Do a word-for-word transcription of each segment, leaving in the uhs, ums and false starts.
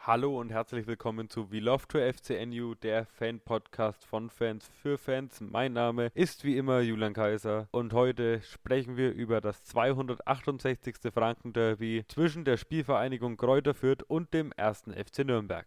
Hallo und herzlich willkommen zu We Love to F C N U, der Fan-Podcast von Fans für Fans. Mein Name ist wie immer Julian Kaiser und heute sprechen wir über das zweihundertachtundsechzigste Franken-Derby zwischen der Spielvereinigung Greuther Fürth und dem ersten F C Nürnberg.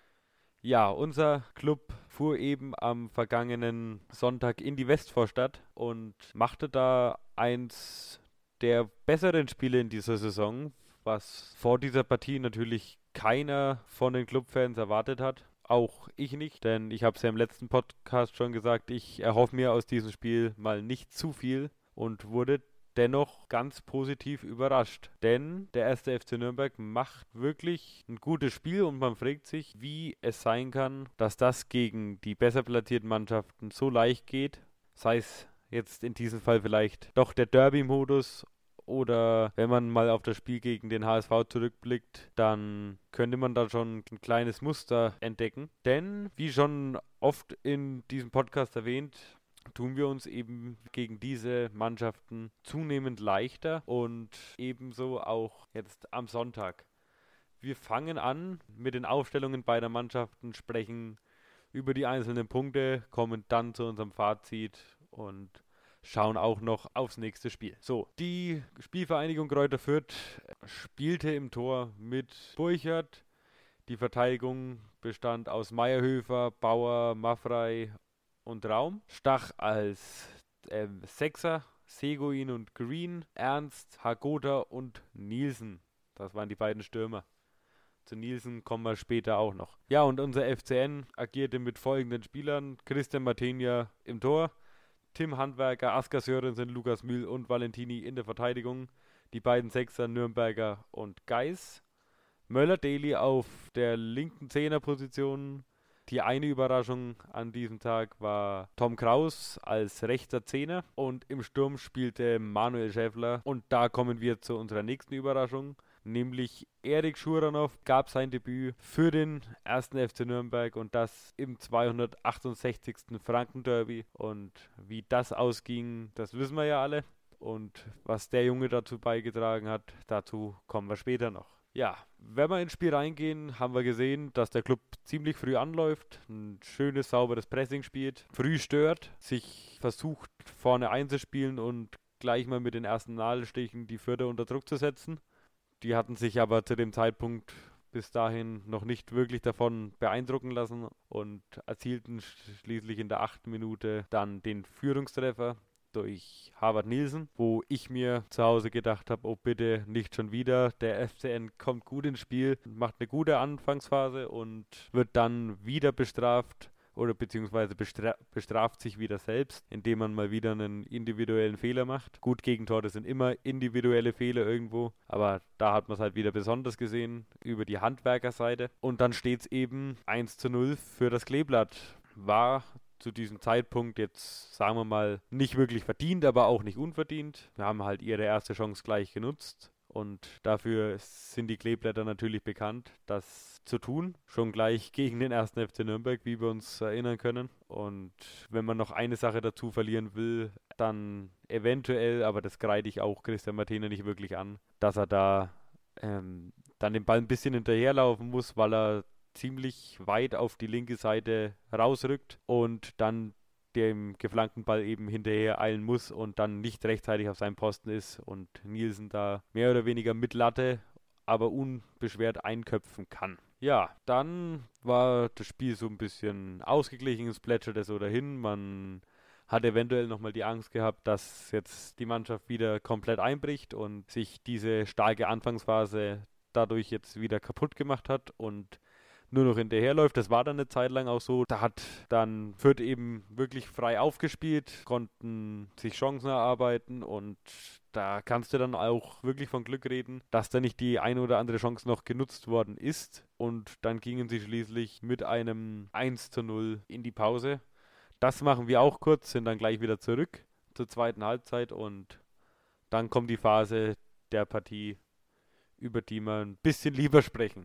Ja, unser Club fuhr eben am vergangenen Sonntag in die Westvorstadt und machte da eins der besseren Spiele in dieser Saison, was vor dieser Partie natürlich keiner von den Clubfans erwartet hat. Auch ich nicht, denn ich habe es ja im letzten Podcast schon gesagt, ich erhoffe mir aus diesem Spiel mal nicht zu viel und wurde dennoch ganz positiv überrascht. Denn der erste F C Nürnberg macht wirklich ein gutes Spiel und man fragt sich, wie es sein kann, dass das gegen die besser platzierten Mannschaften so leicht geht. Sei es jetzt in diesem Fall vielleicht doch der Derby-Modus oder wenn man mal auf das Spiel gegen den H S V zurückblickt, dann könnte man da schon ein kleines Muster entdecken. Denn, wie schon oft in diesem Podcast erwähnt, tun wir uns eben gegen diese Mannschaften zunehmend leichter und ebenso auch jetzt am Sonntag. Wir fangen an mit den Aufstellungen beider Mannschaften, sprechen über die einzelnen Punkte, kommen dann zu unserem Fazit und schauen auch noch aufs nächste Spiel. So, die Spielvereinigung Greuther Fürth spielte im Tor mit Burchard. Die Verteidigung bestand aus Meyerhöfer, Bauer, Maffrey und Raum. Stach als äh, Sechser, Seguin und Green, Ernst, Hagoda und Nielsen. Das waren die beiden Stürmer. Zu Nielsen kommen wir später auch noch. Ja, und unser F C N agierte mit folgenden Spielern. Christian Martinia im Tor, Tim Handwerker, Askar Sörensen, Lukas Mühl und Valentini in der Verteidigung. Die beiden Sechser Nürnberger und Geis. Möller-Daly auf der linken Zehnerposition. Die eine Überraschung an diesem Tag war Tom Kraus als rechter Zehner und im Sturm spielte Manuel Schäffler. Und da kommen wir zu unserer nächsten Überraschung, nämlich Erik Schuranov gab sein Debüt für den ersten F C Nürnberg und das im zweihundertachtundsechzigsten Franken-Derby. Und wie das ausging, das wissen wir ja alle. Und was der Junge dazu beigetragen hat, dazu kommen wir später noch. Ja, wenn wir ins Spiel reingehen, haben wir gesehen, dass der Club ziemlich früh anläuft, ein schönes, sauberes Pressing spielt, früh stört, sich versucht vorne einzuspielen und gleich mal mit den ersten Nadelstichen die Fürther unter Druck zu setzen. Die hatten sich aber zu dem Zeitpunkt bis dahin noch nicht wirklich davon beeindrucken lassen und erzielten schließlich in der achten Minute dann den Führungstreffer durch Harvard Nielsen, wo ich mir zu Hause gedacht habe, oh bitte nicht schon wieder, der F C N kommt gut ins Spiel, macht eine gute Anfangsphase und wird dann wieder bestraft oder beziehungsweise bestra- bestraft sich wieder selbst, indem man mal wieder einen individuellen Fehler macht. Gut, Gegentore sind immer individuelle Fehler irgendwo, aber da hat man es halt wieder besonders gesehen über die Handwerkerseite und dann steht es eben eins zu null für das Kleeblatt. War zu diesem Zeitpunkt jetzt, sagen wir mal, nicht wirklich verdient, aber auch nicht unverdient. Wir haben halt ihre erste Chance gleich genutzt und dafür sind die Kleeblätter natürlich bekannt, das zu tun. Schon gleich gegen den ersten F C Nürnberg, wie wir uns erinnern können. Und wenn man noch eine Sache dazu verlieren will, dann eventuell, aber das kreide ich auch Christian Martina nicht wirklich an, dass er da ähm, dann den Ball ein bisschen hinterherlaufen muss, weil er ziemlich weit auf die linke Seite rausrückt und dann dem geflankten Ball eben hinterher eilen muss und dann nicht rechtzeitig auf seinem Posten ist und Nielsen da mehr oder weniger mit Latte, aber unbeschwert einköpfen kann. Ja, dann war das Spiel so ein bisschen ausgeglichen, es plätscherte so dahin, man hat eventuell nochmal die Angst gehabt, dass jetzt die Mannschaft wieder komplett einbricht und sich diese starke Anfangsphase dadurch jetzt wieder kaputt gemacht hat und nur noch hinterherläuft. Das war dann eine Zeit lang auch so. Da hat dann Fürth eben wirklich frei aufgespielt, konnten sich Chancen erarbeiten und da kannst du dann auch wirklich von Glück reden, dass da nicht die eine oder andere Chance noch genutzt worden ist und dann gingen sie schließlich mit einem eins zu null in die Pause. Das machen wir auch kurz, sind dann gleich wieder zurück zur zweiten Halbzeit und dann kommt die Phase der Partie, über die wir ein bisschen lieber sprechen.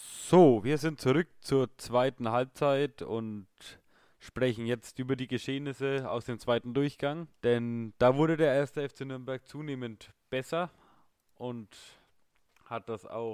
So, wir sind zurück zur zweiten Halbzeit und sprechen jetzt über die Geschehnisse aus dem zweiten Durchgang, denn da wurde der erste F C Nürnberg zunehmend besser und hat das auch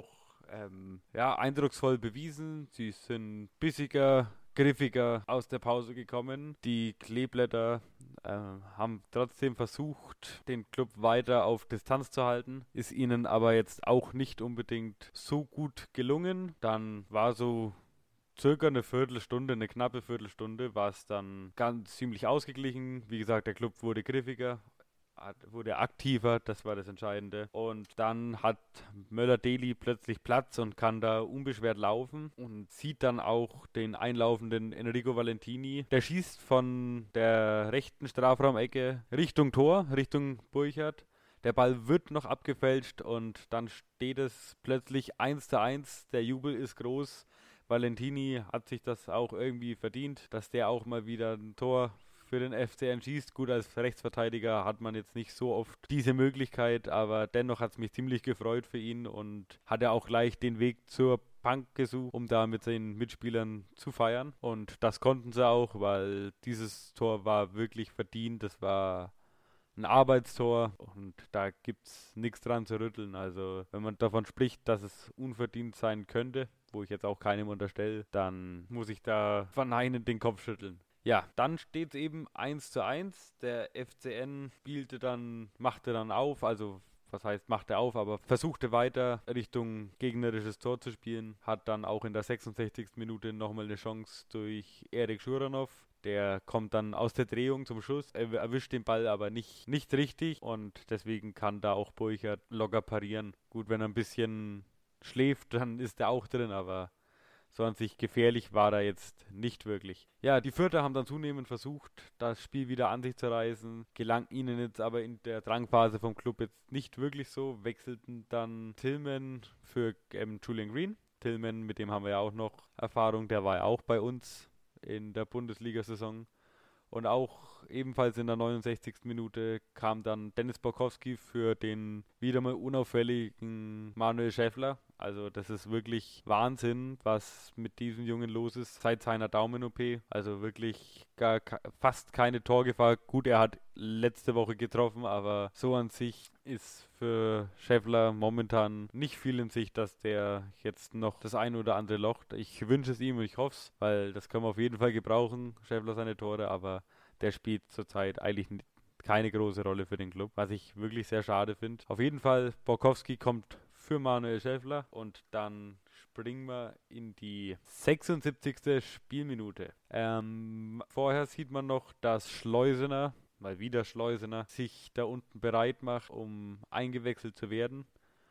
ähm, ja, eindrucksvoll bewiesen. Sie sind bissiger, griffiger aus der Pause gekommen. Die Kleeblätter äh, haben trotzdem versucht, den Club weiter auf Distanz zu halten. Ist ihnen aber jetzt auch nicht unbedingt so gut gelungen. Dann war so circa eine Viertelstunde, eine knappe Viertelstunde, war es dann ganz ziemlich ausgeglichen. Wie gesagt, der Club wurde griffiger, wurde aktiver, das war das Entscheidende. Und dann hat Möller-Deli plötzlich Platz und kann da unbeschwert laufen und sieht dann auch den einlaufenden Enrico Valentini. Der schießt von der rechten Strafraumecke Richtung Tor, Richtung Burchard. Der Ball wird noch abgefälscht und dann steht es plötzlich eins zu eins. Der Jubel ist groß. Valentini hat sich das auch irgendwie verdient, dass der auch mal wieder ein Tor für den F C N schießt. Gut, als Rechtsverteidiger hat man jetzt nicht so oft diese Möglichkeit, aber dennoch hat es mich ziemlich gefreut für ihn und hat er auch gleich den Weg zur Bank gesucht, um da mit seinen Mitspielern zu feiern. Und das konnten sie auch, weil dieses Tor war wirklich verdient. Das war ein Arbeitstor und da gibt es nichts dran zu rütteln. Also wenn man davon spricht, dass es unverdient sein könnte, wo ich jetzt auch keinem unterstelle, dann muss ich da verneinend den Kopf schütteln. Ja, dann steht es eben eins zu eins. Der F C N spielte dann, machte dann auf, also was heißt machte auf, aber versuchte weiter Richtung gegnerisches Tor zu spielen. Hat dann auch in der sechsundsechzigsten Minute nochmal eine Chance durch Erik Schuranov. Der kommt dann aus der Drehung zum Schuss, er erwischt den Ball aber nicht, nicht richtig und deswegen kann da auch Burchard locker parieren. Gut, wenn er ein bisschen schläft, dann ist er auch drin, aber so an sich gefährlich war er jetzt nicht wirklich. Ja, die Fürther haben dann zunehmend versucht, das Spiel wieder an sich zu reißen, gelang ihnen jetzt aber in der Drangphase vom Club jetzt nicht wirklich so, wechselten dann Tillman für ähm, Julian Green. Tillman, mit dem haben wir ja auch noch Erfahrung, der war ja auch bei uns in der Bundesliga-Saison. Und auch ebenfalls in der neunundsechzigsten Minute kam dann Dennis Borkowski für den wieder mal unauffälligen Manuel Schäffler. Also das ist wirklich Wahnsinn, was mit diesem Jungen los ist seit seiner Daumen-O P. Also wirklich gar, fast keine Torgefahr. Gut, er hat letzte Woche getroffen, aber so an sich ist für Schäffler momentan nicht viel in Sicht, dass der jetzt noch das ein oder andere locht. Ich wünsche es ihm und ich hoffe es, weil das können wir auf jeden Fall gebrauchen, Schäffler seine Tore, aber der spielt zurzeit eigentlich keine große Rolle für den Club, was ich wirklich sehr schade finde. Auf jeden Fall, Borkowski kommt für Manuel Schäffler und dann springen wir in die sechsundsiebzigste Spielminute. Ähm, vorher sieht man noch, dass Schleusener, mal wieder Schleusener, sich da unten bereit macht, um eingewechselt zu werden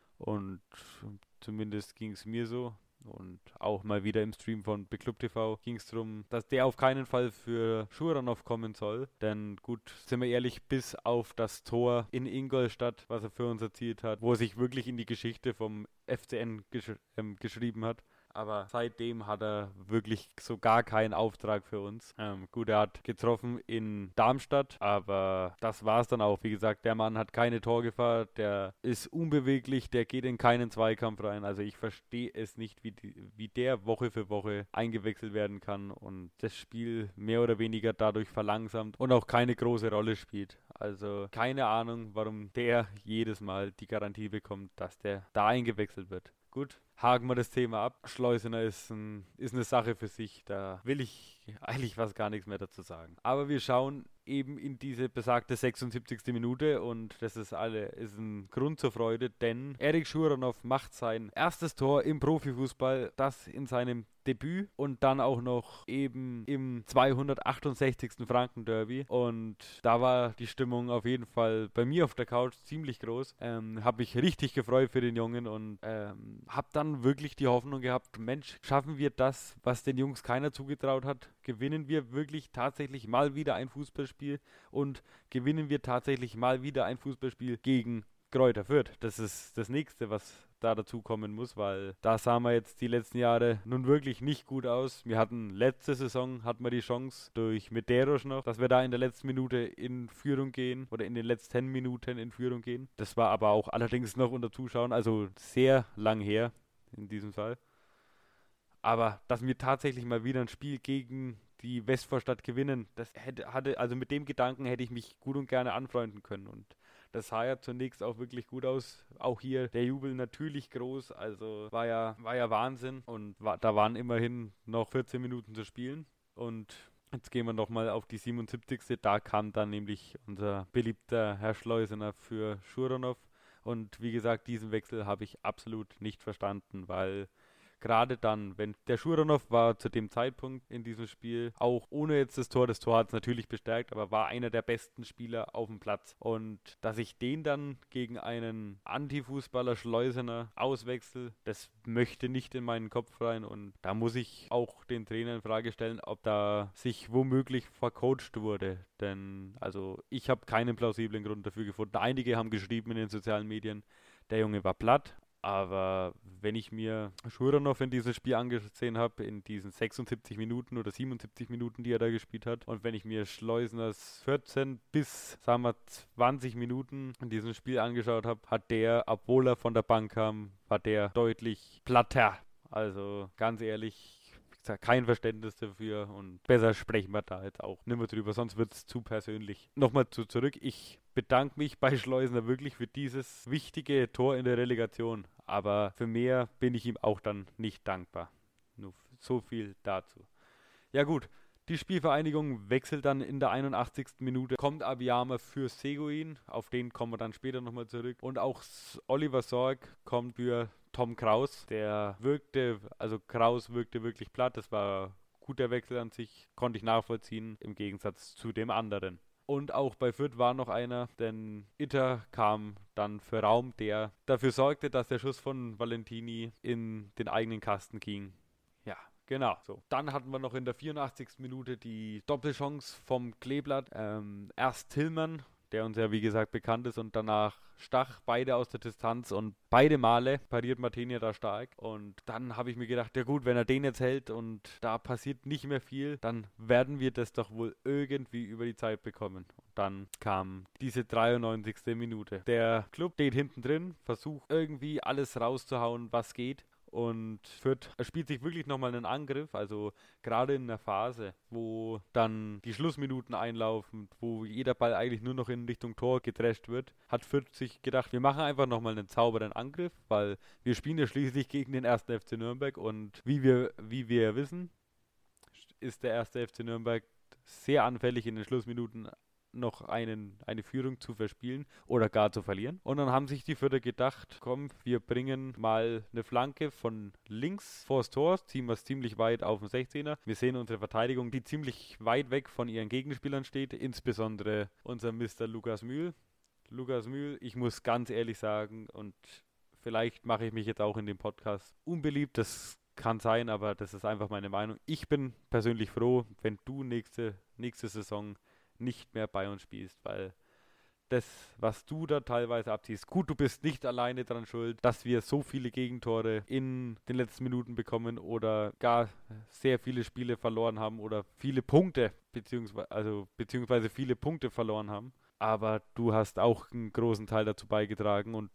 und zumindest ging es mir so. Und auch mal wieder im Stream von Beklub T V ging es darum, dass der auf keinen Fall für Schuranov kommen soll. Denn gut, sind wir ehrlich, bis auf das Tor in Ingolstadt, was er für uns erzielt hat, wo er sich wirklich in die Geschichte vom F C N gesch ähm, geschrieben hat. Aber seitdem hat er wirklich so gar keinen Auftrag für uns. Ähm, gut, er hat getroffen in Darmstadt, aber das war es dann auch. Wie gesagt, der Mann hat keine Torgefahr, der ist unbeweglich, der geht in keinen Zweikampf rein. Also ich verstehe es nicht, wie, die, wie der Woche für Woche eingewechselt werden kann und das Spiel mehr oder weniger dadurch verlangsamt und auch keine große Rolle spielt. Also keine Ahnung, warum der jedes Mal die Garantie bekommt, dass der da eingewechselt wird. Gut, haken wir das Thema ab. Schleusener ist, ein, ist eine Sache für sich. Da will ich eigentlich fast gar nichts mehr dazu sagen. Aber wir schauen eben in diese besagte sechsundsiebzigste Minute und das ist alle ist ein Grund zur Freude, denn Erik Schuranov macht sein erstes Tor im Profifußball, das in seinem Debüt und dann auch noch eben im zweihundertachtundsechzigsten Franken-Derby und da war die Stimmung auf jeden Fall bei mir auf der Couch ziemlich groß. Ähm, habe mich richtig gefreut für den Jungen und ähm, habe dann wirklich die Hoffnung gehabt, Mensch, schaffen wir das, was den Jungs keiner zugetraut hat? Gewinnen wir wirklich tatsächlich mal wieder ein Fußballspiel und gewinnen wir tatsächlich mal wieder ein Fußballspiel gegen Greuther Fürth? Das ist das Nächste, was da dazu kommen muss, weil da sahen wir jetzt die letzten Jahre nun wirklich nicht gut aus. Wir hatten letzte Saison, hatten wir die Chance durch Medeiros noch, dass wir da in der letzten Minute in Führung gehen oder in den letzten Minuten in Führung gehen. Das war aber auch allerdings noch unter Zuschauern, also sehr lang her in diesem Fall. Aber dass wir tatsächlich mal wieder ein Spiel gegen die Westvorstadt gewinnen, das hätte, hatte, also mit dem Gedanken hätte ich mich gut und gerne anfreunden können und Das sah ja zunächst auch wirklich gut aus. Auch hier der Jubel natürlich groß, also war ja, war ja Wahnsinn. Und war, da waren immerhin noch vierzehn Minuten zu spielen. Und jetzt gehen wir nochmal auf die siebenundsiebzigste Da kam dann nämlich unser beliebter Herr Schleusener für Schuranov. Und wie gesagt, diesen Wechsel habe ich absolut nicht verstanden, weil gerade dann, wenn der Schuranov war zu dem Zeitpunkt in diesem Spiel, auch ohne jetzt das Tor, das Tor hat es natürlich bestärkt, aber war einer der besten Spieler auf dem Platz. Und dass ich den dann gegen einen Antifußballer Schleusener auswechsel, das möchte nicht in meinen Kopf rein. Und da muss ich auch den Trainer in Frage stellen, ob da sich womöglich vercoacht wurde. Denn also ich habe keinen plausiblen Grund dafür gefunden. Einige haben geschrieben in den sozialen Medien, der Junge war platt. Aber wenn ich mir Schuranov in diesem Spiel angesehen habe, in diesen sechsundsiebzig Minuten oder siebenundsiebzig Minuten, die er da gespielt hat, und wenn ich mir Schleuseners vierzehn bis, sagen wir, zwanzig Minuten in diesem Spiel angeschaut habe, hat der, obwohl er von der Bank kam, war der deutlich platter. Also ganz ehrlich, kein Verständnis dafür und besser sprechen wir da jetzt auch nicht mehr drüber, sonst wird es zu persönlich. Nochmal zu zurück, ich bedanke mich bei Schleusener wirklich für dieses wichtige Tor in der Relegation, aber für mehr bin ich ihm auch dann nicht dankbar. Nur so viel dazu. Ja gut, die Spielvereinigung wechselt dann in der einundachtzigsten Minute, kommt Abiyama für Seguin, auf den kommen wir dann später nochmal zurück, und auch Oliver Sorg kommt für Tom Kraus, der wirkte, also Kraus wirkte wirklich platt, das war gut der Wechsel an sich, konnte ich nachvollziehen, im Gegensatz zu dem anderen. Und auch bei Fürth war noch einer, denn Itter kam dann für Raum, der dafür sorgte, dass der Schuss von Valentini in den eigenen Kasten ging. Ja, genau. So. Dann hatten wir noch in der vierundachtzigsten Minute die Doppelchance vom Kleeblatt. Ähm, erst Tillmann, der uns ja wie gesagt bekannt ist, und danach Stach, beide aus der Distanz, und beide Male pariert Martinia da stark. Und dann habe ich mir gedacht, ja gut, wenn er den jetzt hält und da passiert nicht mehr viel, dann werden wir das doch wohl irgendwie über die Zeit bekommen. Und dann kam diese dreiundneunzigste Minute. Der Club steht hinten drin, versucht irgendwie alles rauszuhauen, was geht. Und Fürth spielt sich wirklich nochmal einen Angriff, also gerade in der Phase, wo dann die Schlussminuten einlaufen, wo jeder Ball eigentlich nur noch in Richtung Tor gedrescht wird, hat Fürth sich gedacht, wir machen einfach nochmal einen sauberen Angriff, weil wir spielen ja schließlich gegen den ersten F C Nürnberg, und wie wir, wie wir wissen, ist der erste F C Nürnberg sehr anfällig in den Schlussminuten noch einen, eine Führung zu verspielen oder gar zu verlieren. Und dann haben sich die Fürther gedacht, komm, wir bringen mal eine Flanke von links vors Tor, ziehen wir es ziemlich weit auf den sechzehner. Wir sehen unsere Verteidigung, die ziemlich weit weg von ihren Gegenspielern steht, insbesondere unser Mister Lukas Mühl. Lukas Mühl, ich muss ganz ehrlich sagen, und vielleicht mache ich mich jetzt auch in dem Podcast unbeliebt, das kann sein, aber das ist einfach meine Meinung. Ich bin persönlich froh, wenn du nächste, nächste Saison nicht mehr bei uns spielst, weil das, was du da teilweise abziehst, gut, du bist nicht alleine dran schuld, dass wir so viele Gegentore in den letzten Minuten bekommen oder gar sehr viele Spiele verloren haben oder viele Punkte, beziehungsweise, also, beziehungsweise viele Punkte verloren haben, aber du hast auch einen großen Teil dazu beigetragen, und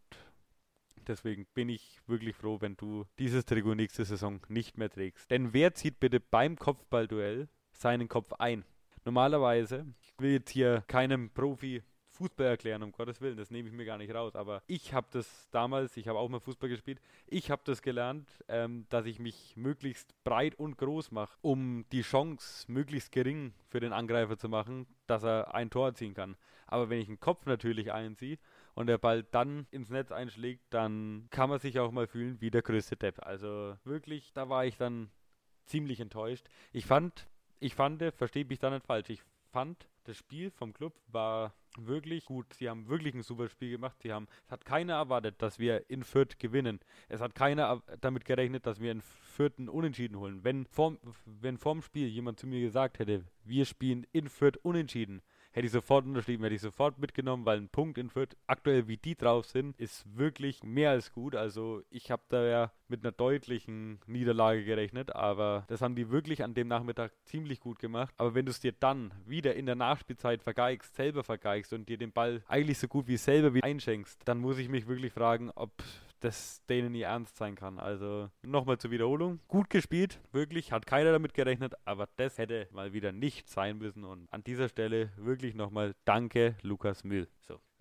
deswegen bin ich wirklich froh, wenn du dieses Trikot nächste Saison nicht mehr trägst. Denn wer zieht bitte beim Kopfballduell seinen Kopf ein? Normalerweise, ich will jetzt hier keinem Profi Fußball erklären, um Gottes Willen, das nehme ich mir gar nicht raus, aber ich habe das damals, ich habe auch mal Fußball gespielt, ich habe das gelernt, ähm, dass ich mich möglichst breit und groß mache, um die Chance möglichst gering für den Angreifer zu machen, dass er ein Tor erzielen kann. Aber wenn ich einen Kopf natürlich einziehe und der Ball dann ins Netz einschlägt, dann kann man sich auch mal fühlen wie der größte Depp. Also wirklich, da war ich dann ziemlich enttäuscht. Ich fand, ich fand, verstehe mich da nicht falsch, ich fand, das Spiel vom Club war wirklich gut. Sie haben wirklich ein super Spiel gemacht. Sie haben, es hat keiner erwartet, dass wir in Fürth gewinnen. Es hat keiner damit gerechnet, dass wir in Fürth einen Unentschieden holen. Wenn vorm, wenn vorm Spiel jemand zu mir gesagt hätte, wir spielen in Fürth unentschieden, hätte ich sofort unterschrieben, hätte ich sofort mitgenommen, weil ein Punkt in Fürth, aktuell wie die drauf sind, ist wirklich mehr als gut. Also ich habe da ja mit einer deutlichen Niederlage gerechnet, aber das haben die wirklich an dem Nachmittag ziemlich gut gemacht. Aber wenn du es dir dann wieder in der Nachspielzeit vergeigst, selber vergeigst und dir den Ball eigentlich so gut wie selber wieder einschenkst, dann muss ich mich wirklich fragen, ob das denen nie ernst sein kann. Also nochmal zur Wiederholung. Gut gespielt, wirklich, hat keiner damit gerechnet, aber das hätte mal wieder nicht sein müssen. Und an dieser Stelle wirklich nochmal danke, Lukas Mühl. So.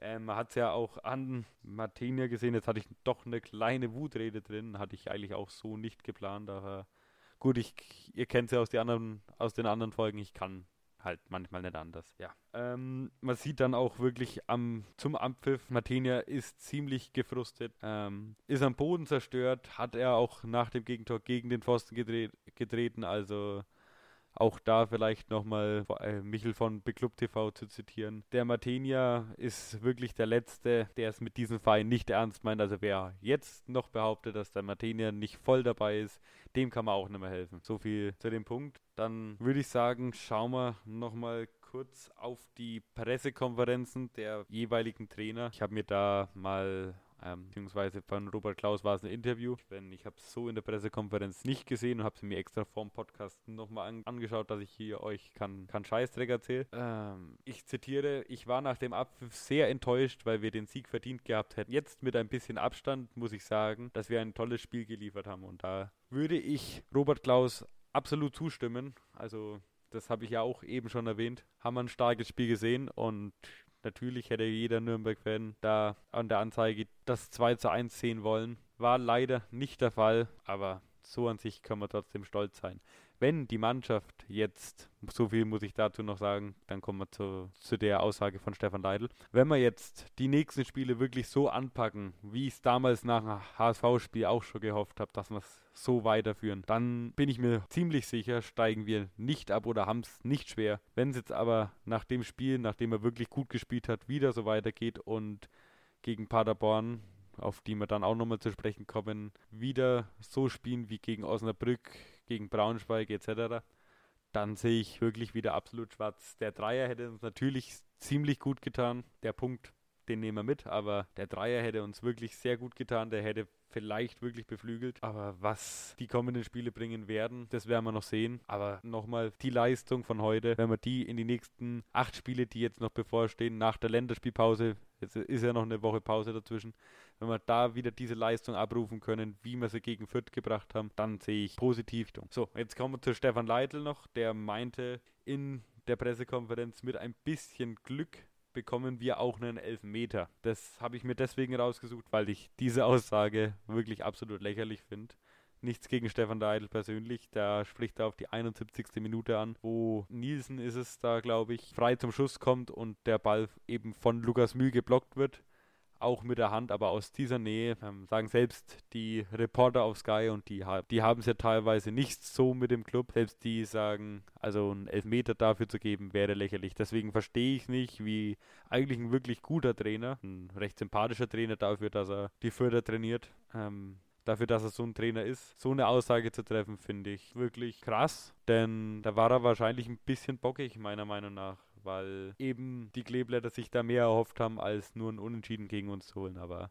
Ähm, man hat es ja auch an Martinia gesehen, jetzt hatte ich doch eine kleine Wutrede drin, hatte ich eigentlich auch so nicht geplant, aber gut, ich, ihr kennt es ja aus, die anderen, aus den anderen Folgen, ich kann halt manchmal nicht anders. Ja. Ähm, man sieht dann auch wirklich am zum Abpfiff, Martinia ist ziemlich gefrustet, ähm, ist am Boden zerstört, hat er auch nach dem Gegentor gegen den Pfosten gedreht, getreten, also auch da vielleicht nochmal äh, Michel von Beklub T V zu zitieren. Der Martinia ist wirklich der Letzte, der es mit diesem Verein nicht ernst meint. Also wer jetzt noch behauptet, dass der Martinia nicht voll dabei ist, dem kann man auch nicht mehr helfen. So viel zu dem Punkt. Dann würde ich sagen, schauen wir nochmal kurz auf die Pressekonferenzen der jeweiligen Trainer. Ich habe mir da mal ähm, beziehungsweise von Robert Klaus war es ein Interview. Denn ich habe es so in der Pressekonferenz nicht gesehen und habe sie mir extra vorm Podcast nochmal an, angeschaut, dass ich hier euch kann, kann Scheißdreck erzählen. Ähm, ich zitiere, ich war nach dem Abpfiff sehr enttäuscht, weil wir den Sieg verdient gehabt hätten. Jetzt mit ein bisschen Abstand muss ich sagen, dass wir ein tolles Spiel geliefert haben. Und da würde ich Robert Klaus absolut zustimmen. Also das habe ich ja auch eben schon erwähnt. Haben wir ein starkes Spiel gesehen und natürlich hätte jeder Nürnberg-Fan da an der Anzeige das zwei zu eins sehen wollen. War leider nicht der Fall, aber so an sich kann man trotzdem stolz sein. Wenn die Mannschaft jetzt, so viel muss ich dazu noch sagen, dann kommen wir zu, zu der Aussage von Stefan Leitl. Wenn wir jetzt die nächsten Spiele wirklich so anpacken, wie ich es damals nach dem H S V-Spiel auch schon gehofft habe, dass wir es so weiterführen, dann bin ich mir ziemlich sicher, steigen wir nicht ab oder haben es nicht schwer. Wenn es jetzt aber nach dem Spiel, nachdem er wirklich gut gespielt hat, wieder so weitergeht und gegen Paderborn, auf die wir dann auch nochmal zu sprechen kommen, wieder so spielen wie gegen Osnabrück, gegen Braunschweig et cetera, dann sehe ich wirklich wieder absolut schwarz. Der Dreier hätte uns natürlich ziemlich gut getan. Der Punkt, den nehmen wir mit, aber der Dreier hätte uns wirklich sehr gut getan. Der hätte vielleicht wirklich beflügelt. Aber was die kommenden Spiele bringen werden, das werden wir noch sehen. Aber nochmal, die Leistung von heute, wenn wir die in die nächsten acht Spiele, die jetzt noch bevorstehen, nach der Länderspielpause, jetzt ist ja noch eine Woche Pause dazwischen, wenn wir da wieder diese Leistung abrufen können, wie wir sie gegen Fürth gebracht haben, dann sehe ich positiv. So, jetzt kommen wir zu Stefan Leitl noch, der meinte in der Pressekonferenz, mit ein bisschen Glück bekommen wir auch einen Elfmeter. Das habe ich mir deswegen rausgesucht, weil ich diese Aussage wirklich absolut lächerlich finde. Nichts gegen Stefan Leitl persönlich, der spricht da auf die einundsiebzigste Minute an, wo Nielsen ist es da, glaube ich, frei zum Schuss kommt und der Ball eben von Lukas Mühl geblockt wird. Auch mit der Hand, aber aus dieser Nähe, ähm, sagen selbst die Reporter auf Sky, und die, die haben es ja teilweise nicht so mit dem Club, selbst die sagen, also einen Elfmeter dafür zu geben, wäre lächerlich. Deswegen verstehe ich nicht, wie eigentlich ein wirklich guter Trainer, ein recht sympathischer Trainer dafür, dass er die Fürther trainiert, ähm, dafür, dass er so ein Trainer ist, so eine Aussage zu treffen, finde ich wirklich krass, denn da war er wahrscheinlich ein bisschen bockig, meiner Meinung nach, weil eben die Kleeblätter sich da mehr erhofft haben, als nur ein Unentschieden gegen uns zu holen. Aber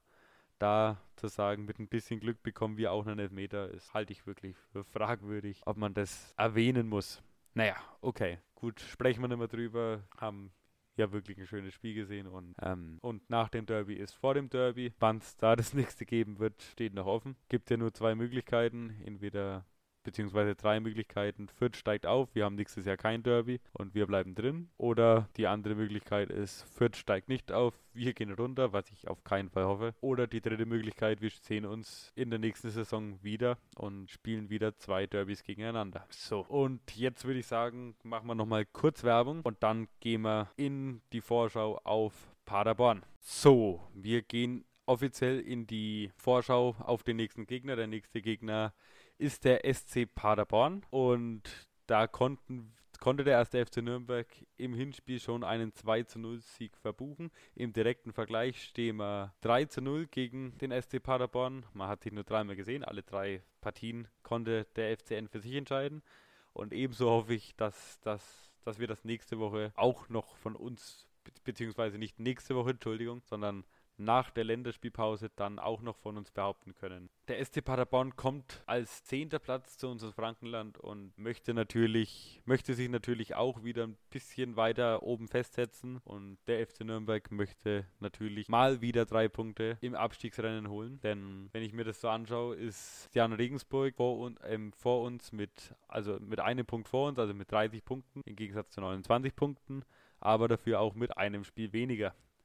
da zu sagen, mit ein bisschen Glück bekommen wir auch einen Elfmeter, ist halte ich wirklich für fragwürdig, ob man das erwähnen muss. Naja, okay, gut, sprechen wir nicht mehr drüber, haben ja wirklich ein schönes Spiel gesehen und, ähm, und nach dem Derby ist vor dem Derby. Wann es da das nächste geben wird, steht noch offen. Gibt ja nur zwei Möglichkeiten, entweder beziehungsweise drei Möglichkeiten. Fürth steigt auf, wir haben nächstes Jahr kein Derby und wir bleiben drin. Oder die andere Möglichkeit ist, Fürth steigt nicht auf, wir gehen runter, was ich auf keinen Fall hoffe. Oder die dritte Möglichkeit, wir sehen uns in der nächsten Saison wieder und spielen wieder zwei Derbys gegeneinander. So, und jetzt würde ich sagen, machen wir nochmal kurz Werbung und dann gehen wir in die Vorschau auf Paderborn. So, wir gehen offiziell in die Vorschau auf den nächsten Gegner. Der nächste Gegner ist der S C Paderborn und da konnten, konnte der erste F C Nürnberg im Hinspiel schon einen zwei zu null Sieg verbuchen. Im direkten Vergleich stehen wir drei zu null gegen den S C Paderborn. Man hat sich nur dreimal gesehen, alle drei Partien konnte der F C N für sich entscheiden. Und ebenso hoffe ich, dass, dass, dass wir das nächste Woche auch noch von uns, be- beziehungsweise nicht nächste Woche, Entschuldigung, sondern nach der Länderspielpause dann auch noch von uns behaupten können. Der S C Paderborn kommt als zehnter Platz zu uns ins Frankenland und möchte natürlich, möchte sich natürlich auch wieder ein bisschen weiter oben festsetzen, und der F C Nürnberg möchte natürlich mal wieder drei Punkte im Abstiegsrennen holen, denn wenn ich mir das so anschaue, ist Jan Regensburg vor, un, ähm, vor uns mit, also mit einem Punkt vor uns, also mit dreißig Punkten, im Gegensatz zu neunundzwanzig Punkten, aber dafür auch mit einem Spiel weniger.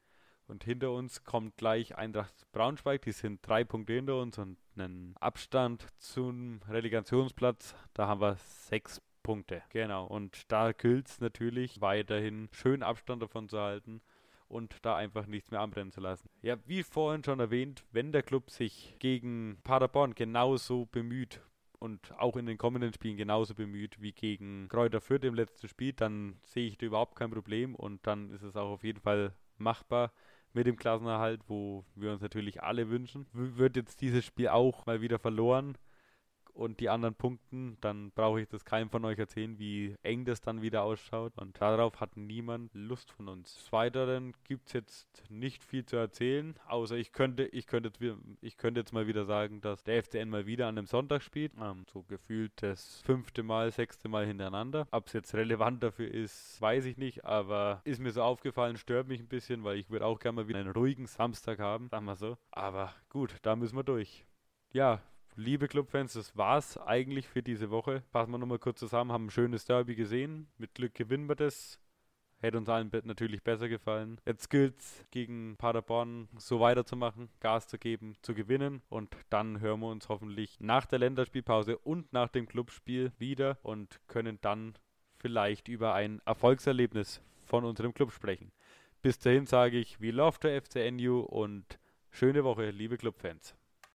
Und hinter uns kommt gleich Eintracht Braunschweig, die sind drei Punkte hinter uns und einen Abstand zum Relegationsplatz, da haben wir sechs Punkte. Genau, und da gilt es natürlich weiterhin schön Abstand davon zu halten und da einfach nichts mehr anbrennen zu lassen. Ja, wie vorhin schon erwähnt, wenn der Club sich gegen Paderborn genauso bemüht und auch in den kommenden Spielen genauso bemüht wie gegen Kräuter Fürth im letzten Spiel, dann sehe ich da überhaupt kein Problem und dann ist es auch auf jeden Fall machbar mit dem Klassenerhalt, wo wir uns natürlich alle wünschen. W- Wird jetzt dieses Spiel auch mal wieder verloren und die anderen punkten, dann brauche ich das keinem von euch erzählen, wie eng das dann wieder ausschaut. Und darauf hat niemand Lust von uns. Des Weiteren gibt es jetzt nicht viel zu erzählen, außer ich könnte, ich könnte jetzt, wieder- ich könnte jetzt mal wieder sagen, dass der F C N mal wieder an einem Sonntag spielt. Ähm, so gefühlt das fünfte Mal, sechste Mal hintereinander. Ob es jetzt relevant dafür ist, weiß ich nicht, aber ist mir so aufgefallen, stört mich ein bisschen, weil ich würde auch gerne mal wieder einen ruhigen Samstag haben, sagen wir so. Aber gut, da müssen wir durch. Ja, liebe Clubfans, das war's eigentlich für diese Woche. Fassen wir nochmal kurz zusammen, haben ein schönes Derby gesehen. Mit Glück gewinnen wir das. Hätte uns allen be- natürlich besser gefallen. Jetzt gilt's gegen Paderborn so weiterzumachen, Gas zu geben, zu gewinnen. Und dann hören wir uns hoffentlich nach der Länderspielpause und nach dem Clubspiel wieder und können dann vielleicht über ein Erfolgserlebnis von unserem Club sprechen. Bis dahin sage ich, we love the F C N U und schöne Woche, liebe Clubfans.